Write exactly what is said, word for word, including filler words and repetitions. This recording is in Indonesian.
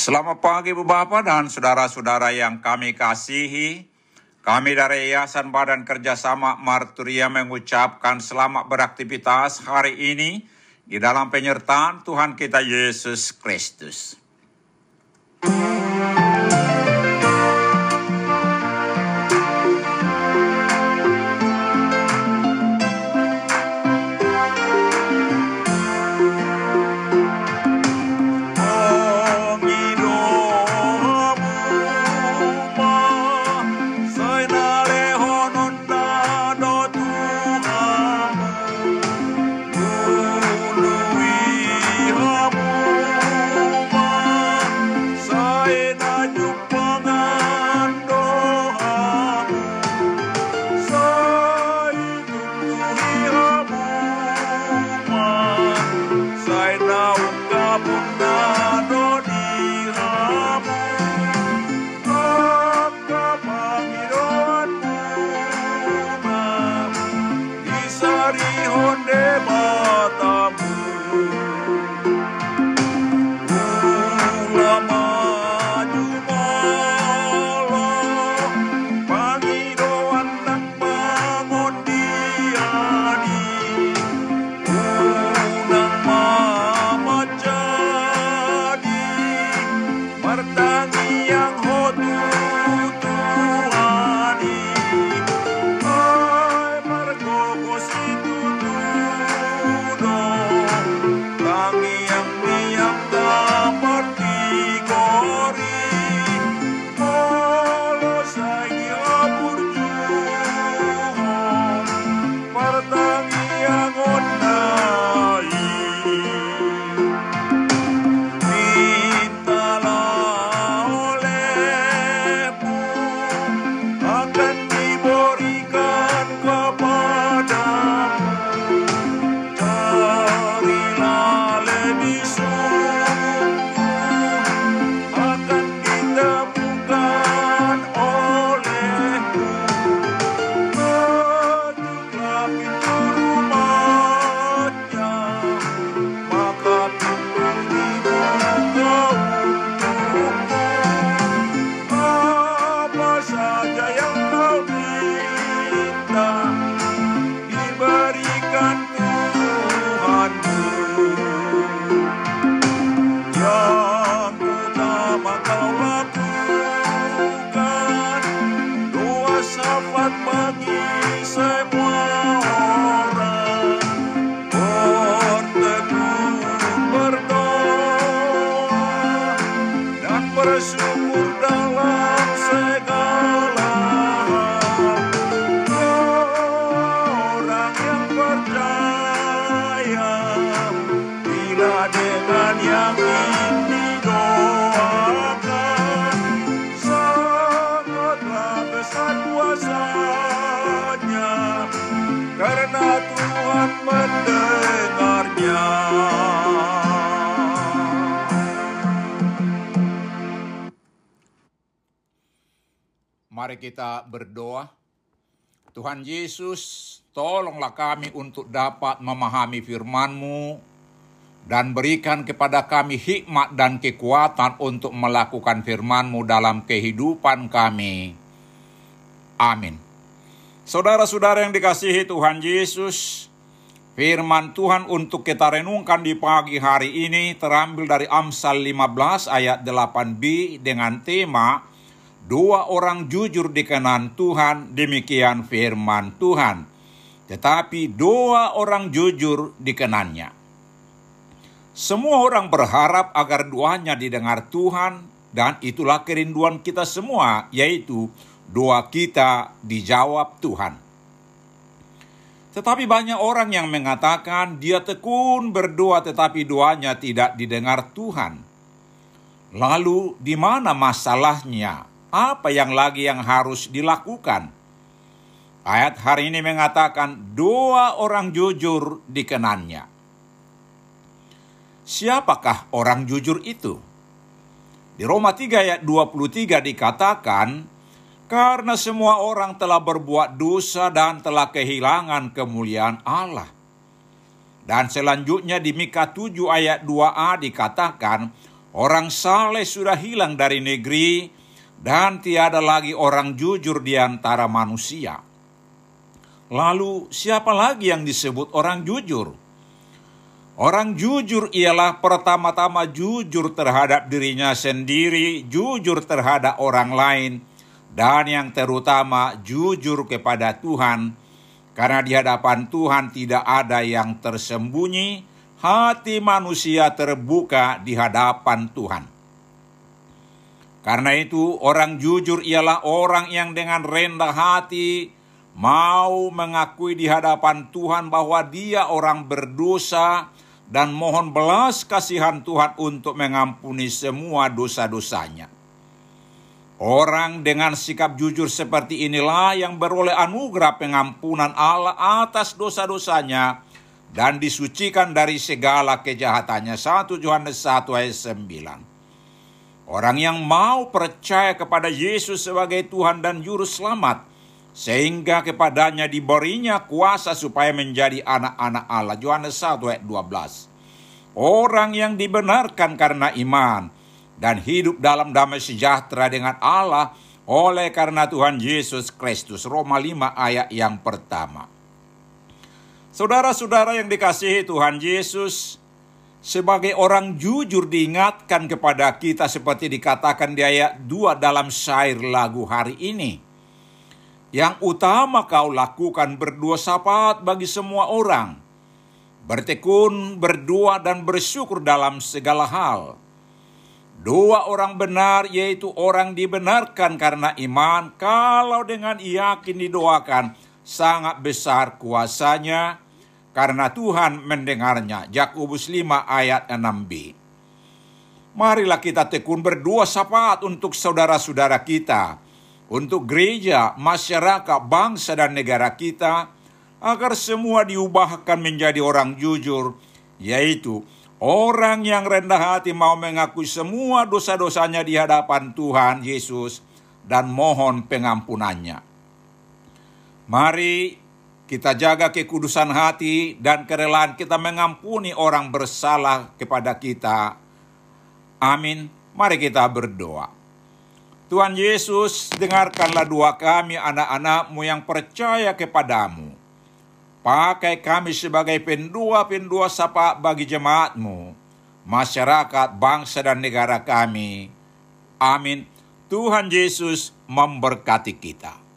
Selamat pagi Ibu Bapak dan saudara-saudara yang kami kasihi. Kami dari Yayasan Badan Kerjasama Marturia mengucapkan selamat beraktivitas hari ini di dalam penyertaan Tuhan kita Yesus Kristus. Mari kita berdoa. Tuhan Yesus, tolonglah kami untuk dapat memahami firman-Mu dan berikan kepada kami hikmat dan kekuatan untuk melakukan firman-Mu dalam kehidupan kami. Amin. Saudara-saudara yang dikasihi Tuhan Yesus, firman Tuhan untuk kita renungkan di pagi hari ini terambil dari Amsal lima belas ayat delapan b dengan tema Dua orang jujur dikenan Tuhan, demikian firman Tuhan. Tetapi dua orang jujur dikenannya. Semua orang berharap agar doanya didengar Tuhan, dan itulah kerinduan kita semua, yaitu doa kita dijawab Tuhan. Tetapi banyak orang yang mengatakan dia tekun berdoa tetapi doanya tidak didengar Tuhan. Lalu di mana masalahnya? Apa yang lagi yang harus dilakukan? Ayat hari ini mengatakan dua orang jujur dikenannya. Siapakah orang jujur itu? Di Roma tiga ayat dua puluh tiga dikatakan, karena semua orang telah berbuat dosa dan telah kehilangan kemuliaan Allah. Dan selanjutnya di Mika tujuh ayat dua a dikatakan, Orang saleh sudah hilang dari negeri, dan tiada lagi orang jujur di antara manusia. Lalu siapa lagi yang disebut orang jujur? Orang jujur ialah pertama-tama jujur terhadap dirinya sendiri, jujur terhadap orang lain, dan yang terutama jujur kepada Tuhan. Karena di hadapan Tuhan tidak ada yang tersembunyi, hati manusia terbuka di hadapan Tuhan. Karena itu orang jujur ialah orang yang dengan rendah hati mau mengakui di hadapan Tuhan bahwa dia orang berdosa dan mohon belas kasihan Tuhan untuk mengampuni semua dosa-dosanya. Orang dengan sikap jujur seperti inilah yang beroleh anugerah pengampunan Allah atas dosa-dosanya dan disucikan dari segala kejahatannya. satu Yohanes satu ayat sembilan. Orang yang mau percaya kepada Yesus sebagai Tuhan dan Juru Selamat, sehingga kepadanya diberinya kuasa supaya menjadi anak-anak Allah. Yohanes satu ayat dua belas. Orang yang dibenarkan karena iman dan hidup dalam damai sejahtera dengan Allah oleh karena Tuhan Yesus Kristus. Roma lima ayat yang pertama. Saudara-saudara yang dikasihi Tuhan Yesus, sebagai orang jujur diingatkan kepada kita seperti dikatakan di ayat dua dalam syair lagu hari ini. Yang utama kau lakukan berdua syafaat bagi semua orang. Bertekun, berdoa dan bersyukur dalam segala hal. Dua orang benar yaitu orang dibenarkan karena iman, kalau dengan yakin didoakan sangat besar kuasanya karena Tuhan mendengarnya. Yakobus lima ayat enam b. Marilah kita tekun berdua syafaat untuk saudara-saudara kita, untuk gereja, masyarakat, bangsa dan negara kita, agar semua diubahkan menjadi orang jujur, yaitu orang yang rendah hati mau mengakui semua dosa-dosanya di hadapan Tuhan Yesus dan mohon pengampunannya. Mari kita jaga kekudusan hati dan kerelaan kita mengampuni orang bersalah kepada kita. Amin. Mari kita berdoa. Tuhan Yesus, dengarkanlah doa kami anak-anak-Mu yang percaya kepadamu. Pakai kami sebagai pendua-pendua syafaat bagi jemaat-Mu, masyarakat, bangsa dan negara kami. Amin. Tuhan Yesus memberkati kita.